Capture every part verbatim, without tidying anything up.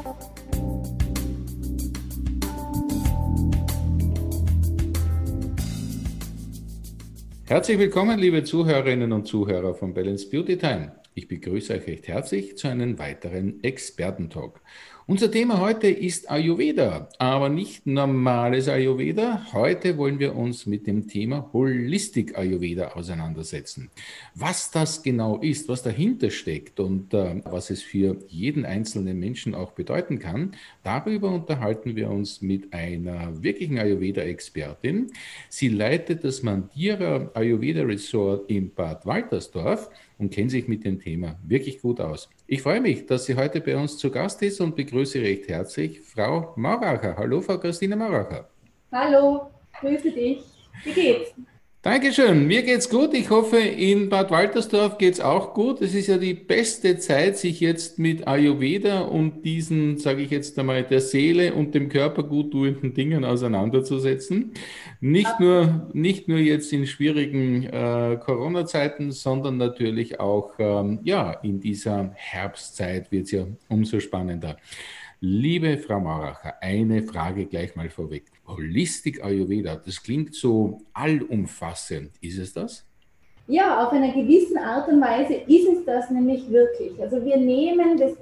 Herzlich willkommen, liebe Zuhörerinnen und Zuhörer von Balance Beauty Time. Ich begrüße euch recht herzlich zu einem weiteren Expertentalk. Unser Thema heute ist Ayurveda, aber nicht normales Ayurveda. Heute wollen wir uns mit dem Thema Holistic Ayurveda auseinandersetzen. Was das genau ist, was dahinter steckt und äh, was es für jeden einzelnen Menschen auch bedeuten kann, darüber unterhalten wir uns mit einer wirklichen Ayurveda-Expertin. Sie leitet das Mandira Ayurveda Resort in Bad Waltersdorf und kennt sich mit dem Thema wirklich gut aus. Ich freue mich, dass sie heute bei uns zu Gast ist und begrüße recht herzlich Frau Mauracher. Hallo, Frau Christine Mauracher. Hallo, grüße dich. Wie geht's? Dankeschön, mir geht's gut. Ich hoffe, in Bad Waltersdorf geht's auch gut. Es ist ja die beste Zeit, sich jetzt mit Ayurveda und diesen, sage ich jetzt einmal, der Seele und dem Körper gut tuenden Dingen auseinanderzusetzen. Nicht nur, nicht nur jetzt in schwierigen äh, Corona-Zeiten, sondern natürlich auch ähm, ja, in dieser Herbstzeit wird's ja umso spannender. Liebe Frau Mauracher, eine Frage gleich mal vorweg. Holistic Ayurveda, das klingt so allumfassend. Ist es das? Ja, auf einer gewissen Art und Weise ist es das nämlich wirklich. Also wir nehmen das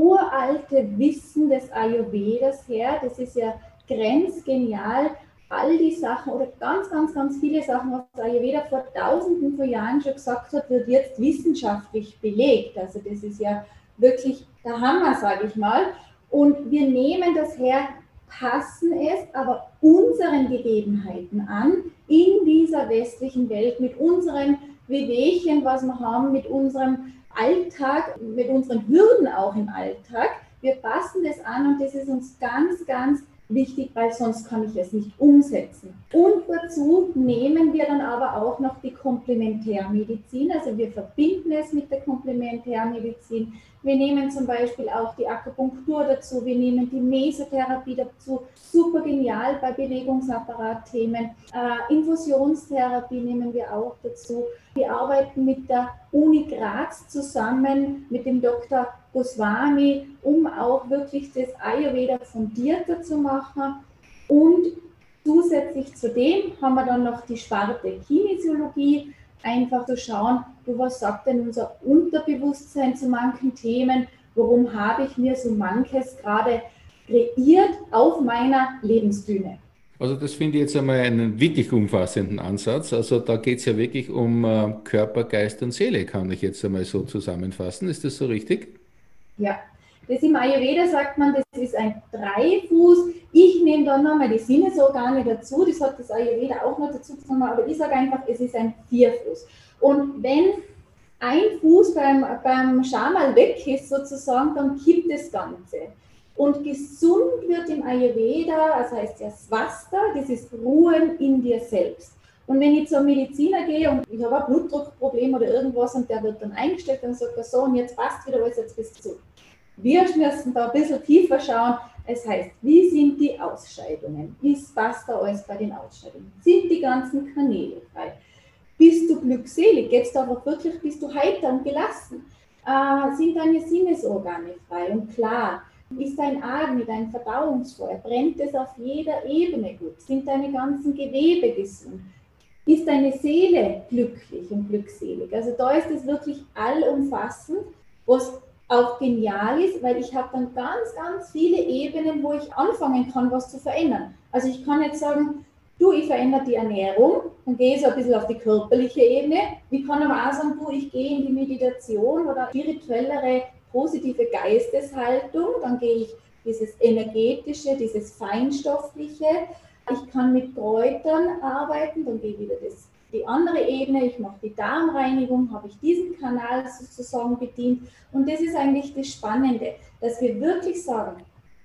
uralte Wissen des Ayurvedas her, das ist ja grenzgenial. All die Sachen oder ganz, ganz, ganz viele Sachen, was Ayurveda vor tausenden von Jahren schon gesagt hat, wird jetzt wissenschaftlich belegt. Also das ist ja wirklich der Hammer, sage ich mal. Und wir nehmen das her, passen es aber unseren Gegebenheiten an, in dieser westlichen Welt, mit unseren Wehwehchen, was wir haben, mit unserem Alltag, mit unseren Hürden auch im Alltag. Wir passen das an und das ist uns ganz, ganz wichtig, weil sonst kann ich es nicht umsetzen. Und dazu nehmen wir dann aber auch noch die Komplementärmedizin, also wir verbinden es mit der Komplementärmedizin. Wir nehmen zum Beispiel auch die Akupunktur dazu, wir nehmen die Mesotherapie dazu, super genial bei Bewegungsapparatthemen. Äh, Infusionstherapie nehmen wir auch dazu. Wir arbeiten mit der Uni Graz zusammen, mit dem Doktor Goswami, um auch wirklich das Ayurveda fundierter zu machen. Und zusätzlich zu dem haben wir dann noch die Sparte Kinesiologie, einfach zu schauen, was sagt denn unser Unterbewusstsein zu manchen Themen, warum habe ich mir so manches gerade kreiert auf meiner Lebensbühne. Also das finde ich jetzt einmal einen wirklich umfassenden Ansatz. Also da geht es ja wirklich um äh, Körper, Geist und Seele, kann ich jetzt einmal so zusammenfassen. Ist das so richtig? Ja, das im Ayurveda sagt man, das ist ein Dreifuß. Ich nehme dann nochmal die Sinnesorgane dazu, das hat das Ayurveda auch noch dazu genommen, aber ich sage einfach, es ist ein Vierfuß. Und wenn ein Fuß beim, beim Schamal weg ist sozusagen, dann kippt das Ganze. Und gesund wird im Ayurveda, das heißt ja Swasta, das ist Ruhen in dir selbst. Und wenn ich zum Mediziner gehe und ich habe ein Blutdruckproblem oder irgendwas und der wird dann eingestellt, dann sagt er so, und jetzt passt wieder alles, jetzt bist du. Wir müssen da ein bisschen tiefer schauen. Es heißt, wie sind die Ausscheidungen? Wie passt da alles bei den Ausscheidungen? Sind die ganzen Kanäle frei? Bist du glückselig? Geht es da aber wirklich, bist du heiter und gelassen? Äh, sind deine Sinnesorgane frei und klar? Ist dein Atmen, dein Verdauungsfeuer, brennt es auf jeder Ebene gut? Sind deine ganzen Gewebe gesund? Ist deine Seele glücklich und glückselig? Also da ist es wirklich allumfassend, was auch genial ist, weil ich habe dann ganz, ganz viele Ebenen, wo ich anfangen kann, was zu verändern. Also ich kann jetzt sagen, du, ich verändere die Ernährung, dann gehe ich so ein bisschen auf die körperliche Ebene. Ich kann aber auch sagen, du, ich gehe in die Meditation oder spirituellere, positive Geisteshaltung, dann gehe ich dieses energetische, dieses feinstoffliche. Ich kann mit Kräutern arbeiten, dann gehe ich wieder das, die andere Ebene, ich mache die Darmreinigung, habe ich diesen Kanal sozusagen bedient. Und das ist eigentlich das Spannende, dass wir wirklich sagen,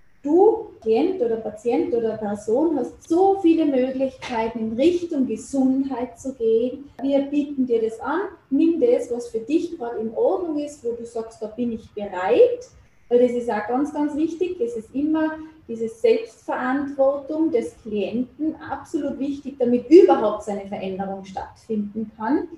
du, Klient oder Patient oder Person, hast so viele Möglichkeiten, in Richtung Gesundheit zu gehen. Wir bieten dir das an, nimm das, was für dich gerade in Ordnung ist, wo du sagst, da bin ich bereit. Weil das ist auch ganz, ganz wichtig. Es ist immer diese Selbstverantwortung des Klienten absolut wichtig, damit überhaupt seine Veränderung stattfinden kann.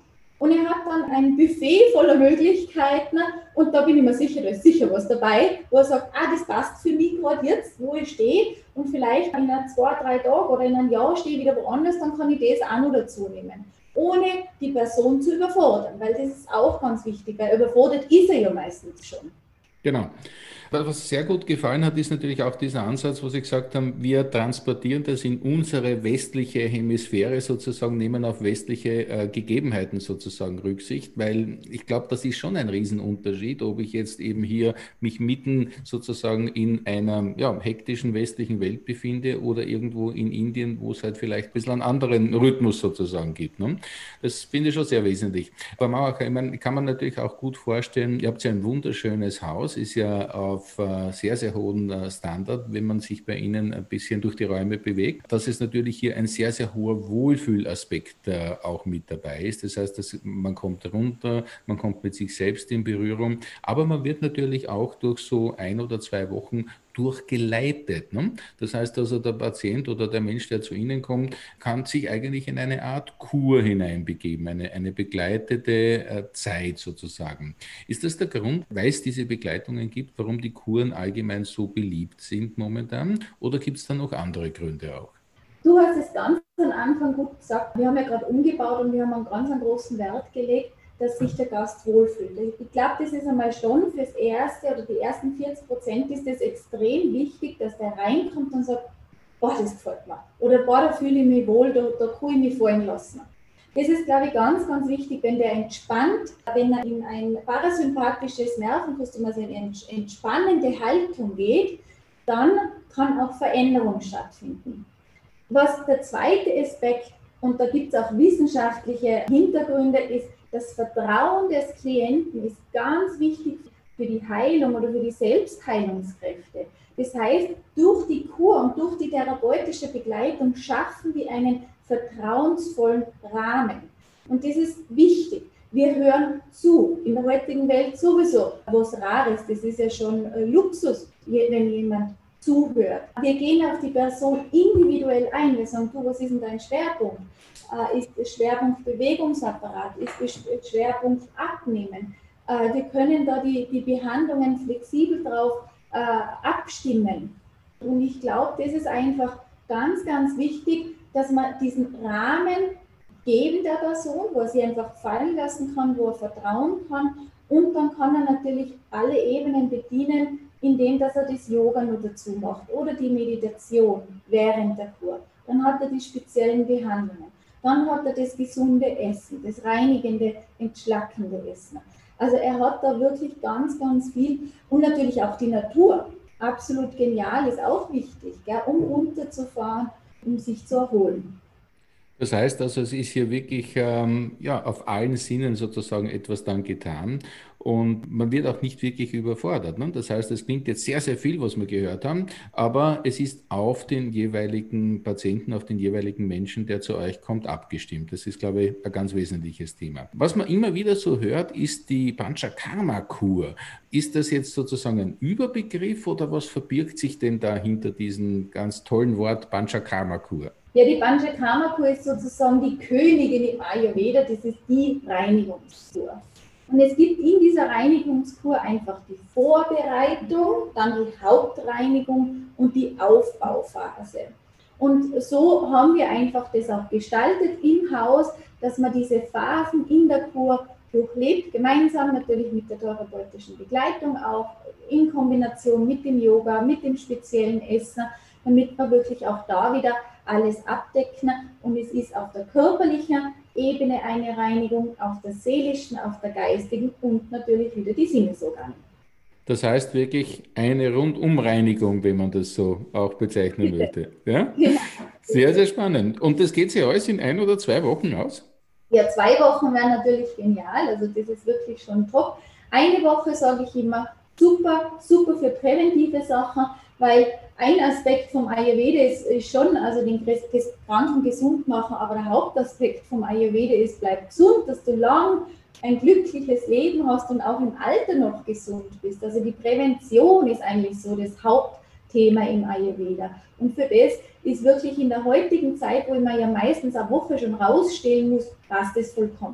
Und er hat dann ein Buffet voller Möglichkeiten und da bin ich mir sicher, da ist sicher was dabei, wo er sagt, ah, das passt für mich gerade jetzt, wo ich stehe und vielleicht in ein, zwei, drei Tagen oder in einem Jahr stehe ich wieder woanders, dann kann ich das auch noch dazu nehmen. Ohne die Person zu überfordern, weil das ist auch ganz wichtig, weil überfordert ist er ja meistens schon. Genau. Was sehr gut gefallen hat, ist natürlich auch dieser Ansatz, wo Sie gesagt haben, wir transportieren das in unsere westliche Hemisphäre sozusagen, nehmen auf westliche äh, Gegebenheiten sozusagen Rücksicht, weil ich glaube, das ist schon ein Riesenunterschied, ob ich jetzt eben hier mich mitten sozusagen in einer ja, hektischen westlichen Welt befinde oder irgendwo in Indien, wo es halt vielleicht ein bisschen einen anderen Rhythmus sozusagen gibt. Ne? Das finde ich schon sehr wesentlich. Aber Mauacher, ich meine, kann man natürlich auch gut vorstellen, ihr habt ja ein wunderschönes Haus, ist ja auf sehr, sehr hohen Standard, wenn man sich bei Ihnen ein bisschen durch die Räume bewegt, dass es natürlich hier ein sehr, sehr hoher Wohlfühlaspekt auch mit dabei ist. Das heißt, dass man kommt runter, man kommt mit sich selbst in Berührung, aber man wird natürlich auch durch so ein oder zwei Wochen durchgeleitet. Ne? Das heißt also, der Patient oder der Mensch, der zu Ihnen kommt, kann sich eigentlich in eine Art Kur hineinbegeben, eine, eine begleitete äh, Zeit sozusagen. Ist das der Grund, weil es diese Begleitungen gibt, warum die Kuren allgemein so beliebt sind momentan? Oder gibt es da noch andere Gründe auch? Du hast es ganz am Anfang gut gesagt. Wir haben ja gerade umgebaut und wir haben einen ganz einen großen Wert gelegt, dass sich der Gast wohlfühlt. Ich glaube, das ist einmal schon fürs Erste oder die ersten vierzig Prozent ist es extrem wichtig, dass der reinkommt und sagt, boah, das gefällt mir. Oder boah, da fühle ich mich wohl, da, da kann ich mich fallen lassen. Das ist, glaube ich, ganz, ganz wichtig, wenn der entspannt, wenn er in ein parasympathisches Nervensystem, also in eine entspannende Haltung geht, dann kann auch Veränderung stattfinden. Was der zweite Aspekt, und da gibt es auch wissenschaftliche Hintergründe, ist, das Vertrauen des Klienten ist ganz wichtig für die Heilung oder für die Selbstheilungskräfte. Das heißt, durch die Kur und durch die therapeutische Begleitung schaffen wir einen vertrauensvollen Rahmen. Und das ist wichtig. Wir hören zu. In der heutigen Welt sowieso was Rares. Das ist ja schon Luxus, wenn jemand zuhört. Wir gehen auf die Person individuell ein. Wir sagen, du, was ist denn dein Schwerpunkt? Ist der Schwerpunkt Bewegungsapparat? Ist der Schwerpunkt Abnehmen? Wir können da die, die Behandlungen flexibel drauf äh, abstimmen. Und ich glaube, das ist einfach ganz, ganz wichtig, dass man diesen Rahmen geben der Person, wo er sie einfach fallen lassen kann, wo er vertrauen kann. Und dann kann er natürlich alle Ebenen bedienen, indem dass er das Yoga noch dazu macht oder die Meditation während der Kur. Dann hat er die speziellen Behandlungen. Dann hat er das gesunde Essen, das reinigende, entschlackende Essen. Also er hat da wirklich ganz, ganz viel. Und natürlich auch die Natur. Absolut genial, ist auch wichtig, gell, um runterzufahren, um sich zu erholen. Das heißt also, es ist hier wirklich ähm, ja, auf allen Sinnen sozusagen etwas dann getan und man wird auch nicht wirklich überfordert. Ne? Das heißt, es klingt jetzt sehr, sehr viel, was wir gehört haben, aber es ist auf den jeweiligen Patienten, auf den jeweiligen Menschen, der zu euch kommt, abgestimmt. Das ist, glaube ich, ein ganz wesentliches Thema. Was man immer wieder so hört, ist die Panchakarma-Kur. Ist das jetzt sozusagen ein Überbegriff oder was verbirgt sich denn da hinter diesem ganz tollen Wort Panchakarma-Kur? Ja, die Panchakarma-Kur ist sozusagen die Königin im Ayurveda, das ist die Reinigungskur. Und es gibt in dieser Reinigungskur einfach die Vorbereitung, dann die Hauptreinigung und die Aufbauphase. Und so haben wir einfach das auch gestaltet im Haus, dass man diese Phasen in der Kur durchlebt, gemeinsam natürlich mit der therapeutischen Begleitung auch, in Kombination mit dem Yoga, mit dem speziellen Essen, damit wir wirklich auch da wieder alles abdecken und es ist auf der körperlichen Ebene eine Reinigung, auf der seelischen, auf der geistigen und natürlich wieder die Sinnesorgane. Das heißt wirklich eine Rundumreinigung, wenn man das so auch bezeichnen würde. Ja? Genau. Sehr, sehr spannend. Und das geht sich alles in ein oder zwei Wochen aus? Ja, zwei Wochen wären natürlich genial, also das ist wirklich schon top. Eine Woche sage ich immer, super, super für präventive Sachen, weil ein Aspekt vom Ayurveda ist, ist schon, also den Kranken gesund machen, aber der Hauptaspekt vom Ayurveda ist, bleib gesund, dass du lang ein glückliches Leben hast und auch im Alter noch gesund bist. Also die Prävention ist eigentlich so das Hauptthema im Ayurveda. Und für das ist wirklich in der heutigen Zeit, wo man ja meistens eine Woche schon rausstehen muss, passt es vollkommen.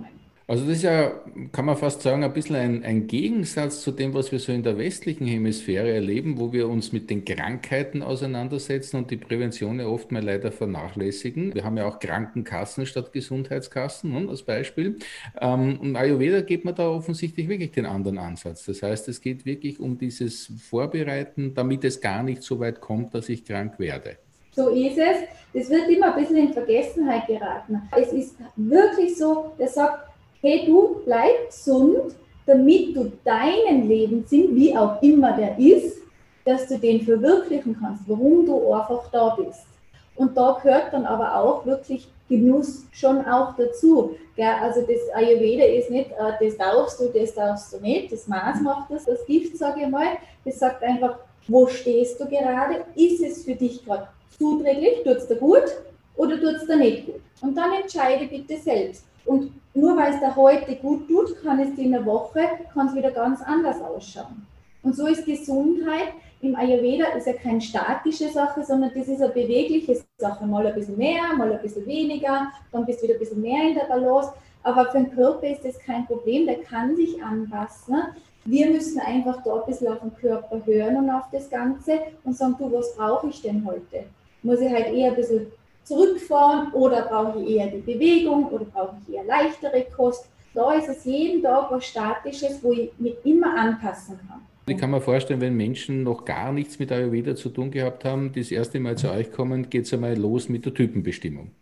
Also das ist ja, kann man fast sagen, ein bisschen ein, ein Gegensatz zu dem, was wir so in der westlichen Hemisphäre erleben, wo wir uns mit den Krankheiten auseinandersetzen und die Prävention ja oft mal leider vernachlässigen. Wir haben ja auch Krankenkassen statt Gesundheitskassen, ne, als Beispiel. Ähm, und Ayurveda geht man da offensichtlich wirklich den anderen Ansatz. Das heißt, es geht wirklich um dieses Vorbereiten, damit es gar nicht so weit kommt, dass ich krank werde. So ist es. Das wird immer ein bisschen in Vergessenheit geraten. Es ist wirklich so, der sagt, hey du, bleib gesund, damit du deinen Lebenssinn, wie auch immer der ist, dass du den verwirklichen kannst, warum du einfach da bist. Und da gehört dann aber auch wirklich Genuss schon auch dazu. Also das Ayurveda ist nicht, das darfst du, das darfst du nicht, das Maß macht das, das Gift, sage ich mal. Das sagt einfach, wo stehst du gerade? Ist es für dich gerade zuträglich? Tut es dir gut oder tut es dir nicht gut? Und dann entscheide bitte selbst. Und nur weil es dir heute gut tut, kann es dir in einer Woche kann es wieder ganz anders ausschauen. Und so ist Gesundheit im Ayurveda ist ja keine statische Sache, sondern das ist eine bewegliche Sache. Mal ein bisschen mehr, mal ein bisschen weniger, dann bist du wieder ein bisschen mehr in der Balance. Aber für den Körper ist das kein Problem, der kann sich anpassen. Wir müssen einfach da ein bisschen auf den Körper hören und auf das Ganze und sagen, du, was brauche ich denn heute? Muss ich halt eher ein bisschen zurückfahren oder brauche ich eher die Bewegung oder brauche ich eher leichtere Kost? Da ist es jeden Tag was Statisches, wo ich mich immer anpassen kann. Ich kann mir vorstellen, wenn Menschen noch gar nichts mit Ayurveda zu tun gehabt haben, das erste Mal zu euch kommen, geht es einmal los mit der Typenbestimmung.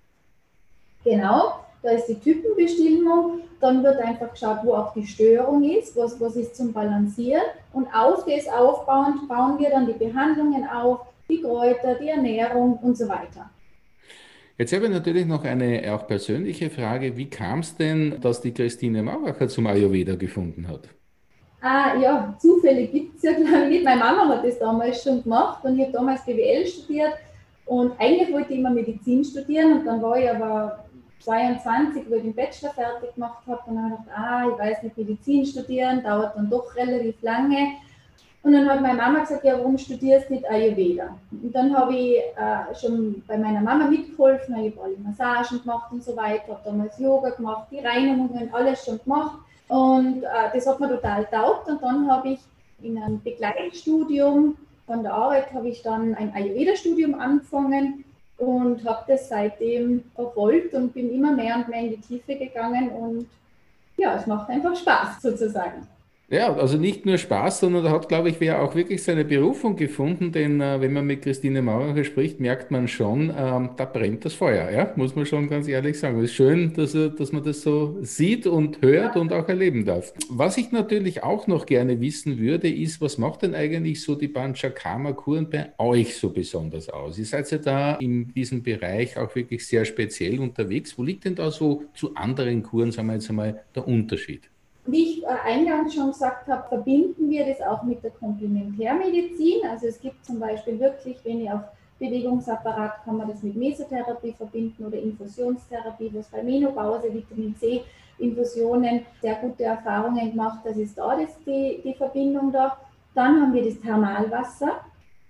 Genau, da ist die Typenbestimmung, dann wird einfach geschaut, wo auch die Störung ist, was, was ist zum Balancieren und auf das aufbauend bauen wir dann die Behandlungen auf, die Kräuter, die Ernährung und so weiter. Jetzt habe ich natürlich noch eine auch persönliche Frage. Wie kam es denn, dass die Christine Mauracher zum Ayurveda gefunden hat? Ah, ja, Zufälle gibt es ja, glaube ich, nicht. Meine Mama hat das damals schon gemacht und ich habe damals B W L studiert und eigentlich wollte ich immer Medizin studieren und dann war ich aber zweiundzwanzig, wo ich den Bachelor fertig gemacht habe und dann habe ich gedacht, ah, ich weiß nicht, Medizin studieren, dauert dann doch relativ lange. Und dann hat meine Mama gesagt, ja, warum studierst du nicht Ayurveda? Und dann habe ich äh, schon bei meiner Mama mitgeholfen, ich habe alle Massagen gemacht und so weiter, habe damals Yoga gemacht, die Reinigungen, alles schon gemacht. Und äh, das hat mir total taugt und dann habe ich in einem Begleitstudium von der Arbeit habe ich dann ein Ayurveda-Studium angefangen und habe das seitdem verfolgt und bin immer mehr und mehr in die Tiefe gegangen und ja, es macht einfach Spaß sozusagen. Ja, also nicht nur Spaß, sondern da hat, glaube ich, wer auch wirklich seine Berufung gefunden, denn äh, wenn man mit Christine Mauracher spricht, merkt man schon, ähm, da brennt das Feuer, ja, muss man schon ganz ehrlich sagen. Es ist schön, dass, er- dass man das so sieht und hört und auch erleben darf. Was ich natürlich auch noch gerne wissen würde, ist, was macht denn eigentlich so die Panchakarma-Kuren bei euch so besonders aus? Ihr seid ja da in diesem Bereich auch wirklich sehr speziell unterwegs. Wo liegt denn da so zu anderen Kuren, sagen wir jetzt einmal, der Unterschied? Wie ich äh, eingangs schon gesagt habe, verbinden wir das auch mit der Komplementärmedizin. Also es gibt zum Beispiel wirklich, wenn ich auf Bewegungsapparat, kann man das mit Mesotherapie verbinden oder Infusionstherapie, was bei Menopause, Vitamin C, Infusionen sehr gute Erfahrungen gemacht, das ist da das die, die Verbindung da. Dann haben wir das Thermalwasser.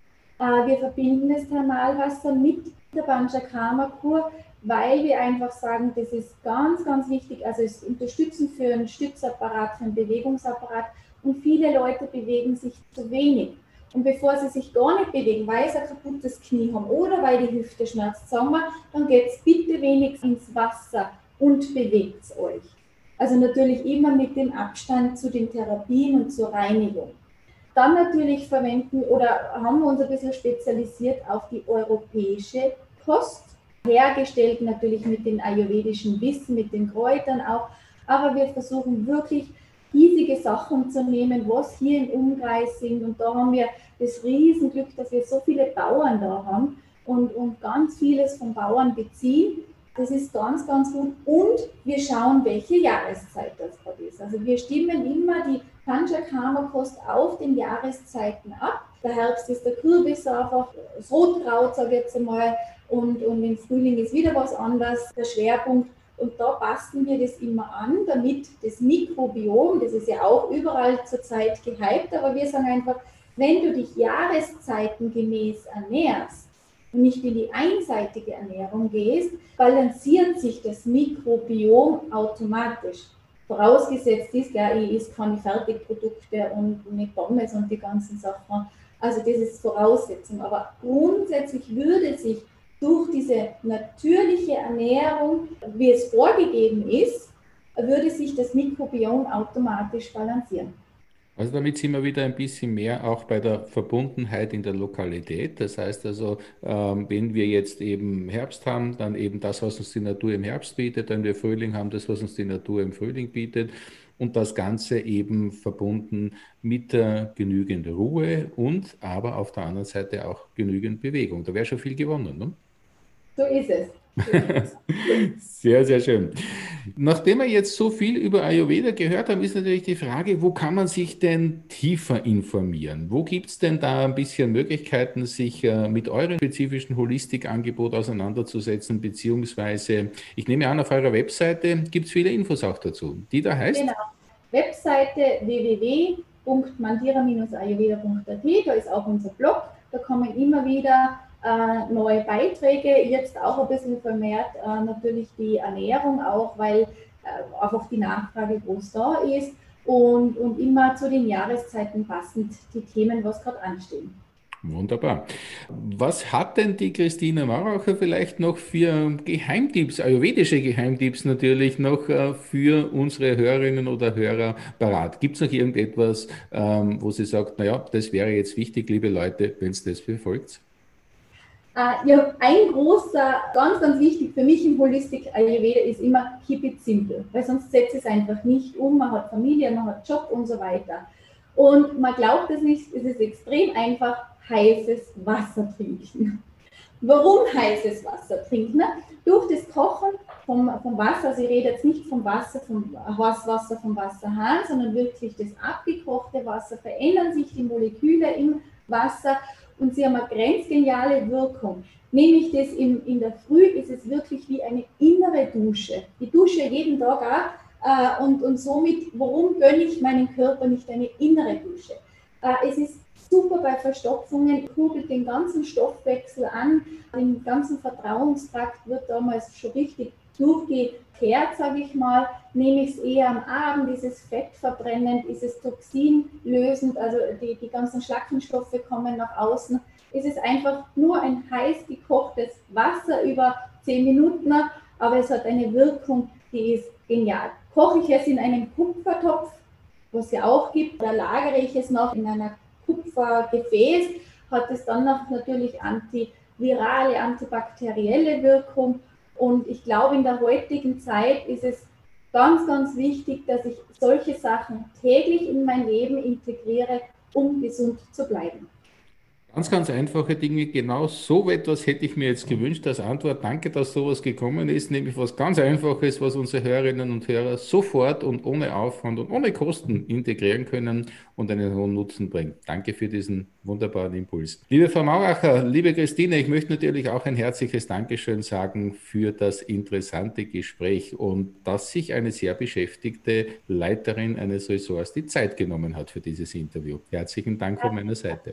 Äh, wir verbinden das Thermalwasser mit der Panchakarma-Kur, weil wir einfach sagen, das ist ganz, ganz wichtig. Also es unterstützen für einen Stützapparat, für einen Bewegungsapparat und viele Leute bewegen sich zu wenig. Und bevor sie sich gar nicht bewegen, weil sie ein kaputtes Knie haben oder weil die Hüfte schmerzt, sagen wir, dann geht es bitte wenigstens ins Wasser und bewegt es euch. Also natürlich immer mit dem Abstand zu den Therapien und zur Reinigung. Dann natürlich verwenden oder haben wir uns ein bisschen spezialisiert auf die europäische Kost, hergestellt natürlich mit den ayurvedischen Wissen, mit den Kräutern auch, aber wir versuchen wirklich riesige Sachen zu nehmen, was hier im Umkreis sind und da haben wir das Riesenglück, dass wir so viele Bauern da haben und, und ganz vieles von Bauern beziehen. Das ist ganz, ganz gut und wir schauen, welche Jahreszeit das gerade ist. Also wir stimmen immer die Panchakarma-Kost auf den Jahreszeiten ab. Der Herbst ist der Kürbis einfach, das Rotkraut, sage ich jetzt einmal, und, und im Frühling ist wieder was anderes, der Schwerpunkt. Und da passen wir das immer an, damit das Mikrobiom, das ist ja auch überall zurzeit gehypt, aber wir sagen einfach, wenn du dich jahreszeitengemäß ernährst und nicht in die einseitige Ernährung gehst, balanciert sich das Mikrobiom automatisch. Vorausgesetzt ist, ja, ich esse keine Fertigprodukte und nicht Pommes und die ganzen Sachen. Also das ist Voraussetzung. Aber grundsätzlich würde sich durch diese natürliche Ernährung, wie es vorgegeben ist, würde sich das Mikrobiom automatisch balancieren. Also damit sind wir wieder ein bisschen mehr auch bei der Verbundenheit in der Lokalität. Das heißt also, ähm, wenn wir jetzt eben Herbst haben, dann eben das, was uns die Natur im Herbst bietet, wenn wir Frühling haben, das, was uns die Natur im Frühling bietet und das Ganze eben verbunden mit äh, genügend Ruhe und aber auf der anderen Seite auch genügend Bewegung. Da wäre schon viel gewonnen, ne? So ist es. So ist es. Sehr, sehr schön. Nachdem wir jetzt so viel über Ayurveda gehört haben, ist natürlich die Frage, wo kann man sich denn tiefer informieren? Wo gibt es denn da ein bisschen Möglichkeiten, sich äh, mit eurem spezifischen Holistik-Angebot auseinanderzusetzen, beziehungsweise, ich nehme an, auf eurer Webseite gibt es viele Infos auch dazu, die da heißt? Genau. Webseite w w w punkt mandira Bindestrich ayurveda punkt a t, da ist auch unser Blog, da kommen immer wieder äh, neue Beiträge, jetzt auch ein bisschen vermehrt äh, natürlich die Ernährung auch, weil äh, einfach die Nachfrage groß da ist und, und immer zu den Jahreszeiten passend die Themen, was gerade anstehen. Wunderbar. Was hat denn die Christina Maracher vielleicht noch für Geheimtipps, ayurvedische Geheimtipps natürlich noch äh, für unsere Hörerinnen oder Hörer parat? Gibt es noch irgendetwas, ähm, wo sie sagt, naja, das wäre jetzt wichtig, liebe Leute, wenn es das befolgt? Uh, ja, ein großer, ganz, ganz wichtig für mich im Holistic Ayurveda ist immer keep it simple, weil sonst setzt es einfach nicht um, man hat Familie, man hat Job und so weiter. Und man glaubt es nicht, es ist extrem einfach, heißes Wasser trinken. Warum heißes Wasser trinken? Durch das Kochen vom, vom Wasser, also ich rede jetzt nicht vom Wasser, vom Wasser vom Wasserhahn, sondern wirklich das abgekochte Wasser, verändern sich die Moleküle im Wasser und sie haben eine grenzgeniale Wirkung. Nehme ich das in, in der Früh, ist es wirklich wie eine innere Dusche. Ich dusche jeden Tag auch äh, und, und somit, warum gönne ich meinem Körper nicht eine innere Dusche? Äh, es ist super bei Verstopfungen, kugelt den ganzen Stoffwechsel an, den ganzen Verdauungstrakt wird damals schon richtig durchgekehrt, sage ich mal. Nehme ich es eher am Abend, ist es fettverbrennend, ist es toxinlösend, also die, die ganzen Schlackenstoffe kommen nach außen. Es ist einfach nur ein heiß gekochtes Wasser über zehn Minuten, aber es hat eine Wirkung, die ist genial. Koche ich es in einem Kupfertopf, was es ja auch gibt, da lagere ich es noch in einer Kupfergefäß, hat es dann noch natürlich antivirale, antibakterielle Wirkung. Und ich glaube, in der heutigen Zeit ist es ganz, ganz wichtig, dass ich solche Sachen täglich in mein Leben integriere, um gesund zu bleiben. Ganz, ganz einfache Dinge. Genau so etwas hätte ich mir jetzt gewünscht als Antwort. Danke, dass sowas gekommen ist, nämlich was ganz Einfaches, was unsere Hörerinnen und Hörer sofort und ohne Aufwand und ohne Kosten integrieren können und einen hohen Nutzen bringt. Danke für diesen wunderbaren Impuls. Liebe Frau Maracher, liebe Christine, ich möchte natürlich auch ein herzliches Dankeschön sagen für das interessante Gespräch und dass sich eine sehr beschäftigte Leiterin eines Ressorts die Zeit genommen hat für dieses Interview. Herzlichen Dank von meiner Seite.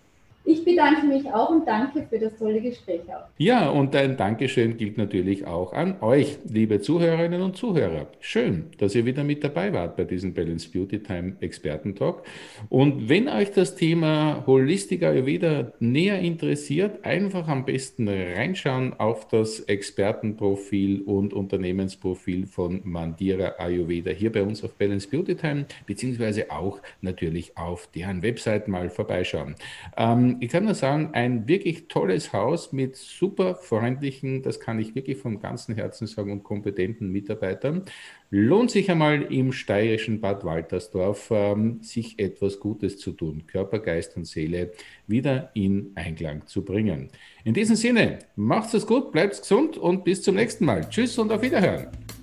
Ich bedanke mich auch und danke für das tolle Gespräch auch. Ja, und ein Dankeschön gilt natürlich auch an euch, liebe Zuhörerinnen und Zuhörer. Schön, dass ihr wieder mit dabei wart bei diesem Balance Beauty Time Experten-Talk. Und wenn euch das Thema Holistic Ayurveda näher interessiert, einfach am besten reinschauen auf das Expertenprofil und Unternehmensprofil von Mandira Ayurveda hier bei uns auf Balance Beauty Time, beziehungsweise auch natürlich auf deren Website mal vorbeischauen. Ähm, Ich kann nur sagen, ein wirklich tolles Haus mit super freundlichen, das kann ich wirklich von ganzem Herzen sagen, und kompetenten Mitarbeitern. Lohnt sich einmal im steirischen Bad Waltersdorf, ähm, sich etwas Gutes zu tun, Körper, Geist und Seele wieder in Einklang zu bringen. In diesem Sinne, macht's es gut, bleibt gesund und bis zum nächsten Mal. Tschüss und auf Wiederhören.